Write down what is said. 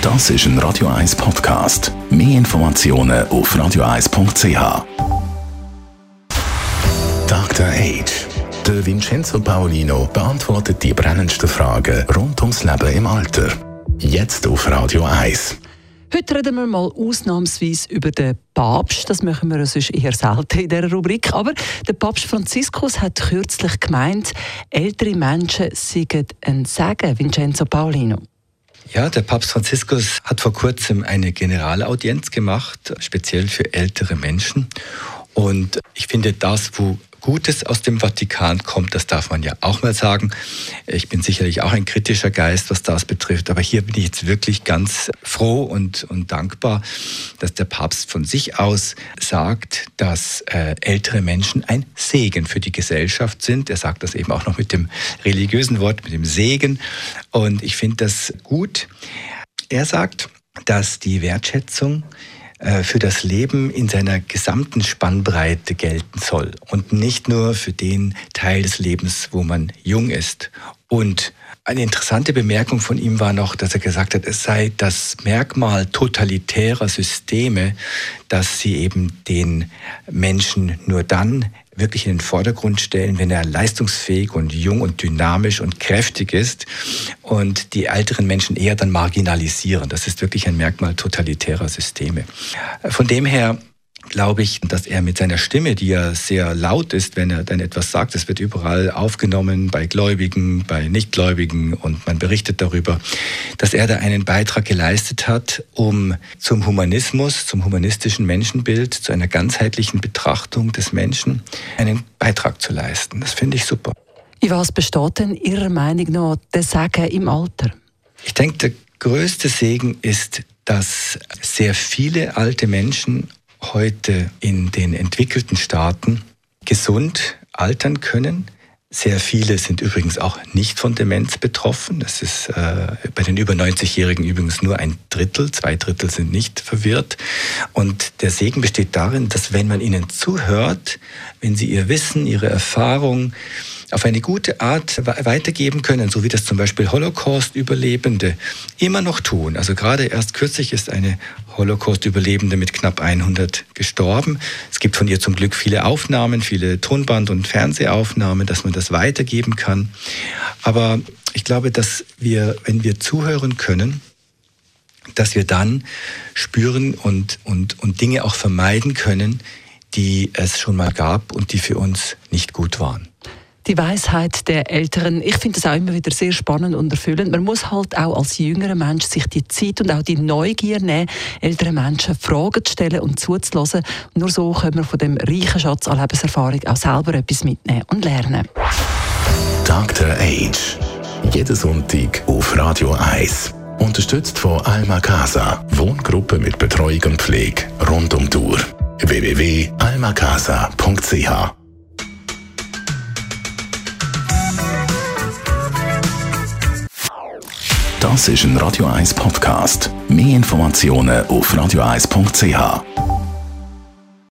Das ist ein Radio 1 Podcast. Mehr Informationen auf radio1.ch. Dr. Age. Der Vincenzo Paolino beantwortet die brennendsten Fragen rund ums Leben im Alter. Jetzt auf Radio 1. Heute reden wir mal ausnahmsweise über den Papst. Das machen wir sonst eher selten in dieser Rubrik. Aber der Papst Franziskus hat kürzlich gemeint, ältere Menschen seien ein Segen. Vincenzo Paolino. Ja, der Papst Franziskus hat vor kurzem eine Generalaudienz gemacht, speziell für ältere Menschen. Und ich finde, das, wo Gutes aus dem Vatikan kommt, das darf man ja auch mal sagen. Ich bin sicherlich auch ein kritischer Geist, was das betrifft. Aber hier bin ich jetzt wirklich ganz froh und dankbar, dass der Papst von sich aus sagt, dass ältere Menschen ein Segen für die Gesellschaft sind. Er sagt das eben auch noch mit dem religiösen Wort, mit dem Segen. Und ich finde das gut. Er sagt, dass die Wertschätzung für das Leben in seiner gesamten Spannbreite gelten soll und nicht nur für den Teil des Lebens, wo man jung ist. Und eine interessante Bemerkung von ihm war noch, dass er gesagt hat, es sei das Merkmal totalitärer Systeme, dass sie eben den Menschen nur dann wirklich in den Vordergrund stellen, wenn er leistungsfähig und jung und dynamisch und kräftig ist und die älteren Menschen eher dann marginalisieren. Das ist wirklich ein Merkmal totalitärer Systeme. Von dem her glaube ich, dass er mit seiner Stimme, die ja sehr laut ist, wenn er dann etwas sagt, es wird überall aufgenommen, bei Gläubigen, bei Nichtgläubigen und man berichtet darüber, dass er da einen Beitrag geleistet hat, um zum Humanismus, zum humanistischen Menschenbild, zu einer ganzheitlichen Betrachtung des Menschen einen Beitrag zu leisten. Das finde ich super. In was besteht denn Ihrer Meinung nach der Segen im Alter? Ich denke, der größte Segen ist, dass sehr viele alte Menschen heute in den entwickelten Staaten gesund altern können. Sehr viele sind übrigens auch nicht von Demenz betroffen. Das ist bei den über 90-Jährigen übrigens nur 1/3, 2/3 sind nicht verwirrt. Und der Segen besteht darin, dass wenn man ihnen zuhört, wenn sie ihr Wissen, ihre Erfahrung auf eine gute Art weitergeben können, so wie das zum Beispiel Holocaust-Überlebende immer noch tun. Also gerade erst kürzlich ist eine Holocaust-Überlebende mit knapp 100 gestorben. Es gibt von ihr zum Glück viele Aufnahmen, viele Tonband- und Fernsehaufnahmen, dass man das weitergeben kann. Aber ich glaube, dass wir, wenn wir zuhören können, dass wir dann spüren und Dinge auch vermeiden können, die es schon mal gab und die für uns nicht gut waren. Die Weisheit der Älteren, ich finde das auch immer wieder sehr spannend und erfüllend. Man muss halt auch als jüngerer Mensch sich die Zeit und auch die Neugier nehmen, älteren Menschen Fragen zu stellen und zuzulassen. Nur so können wir von dem reichen Schatz an Lebenserfahrung auch selber etwas mitnehmen und lernen. Dr. Age. Jeden Sonntag auf Radio 1. Unterstützt von Alma Casa. Wohngruppe mit Betreuung und Pflege rund um die Uhr. www.almacasa.ch. Das ist ein Radio 1 Podcast. Mehr Informationen auf radio1.ch.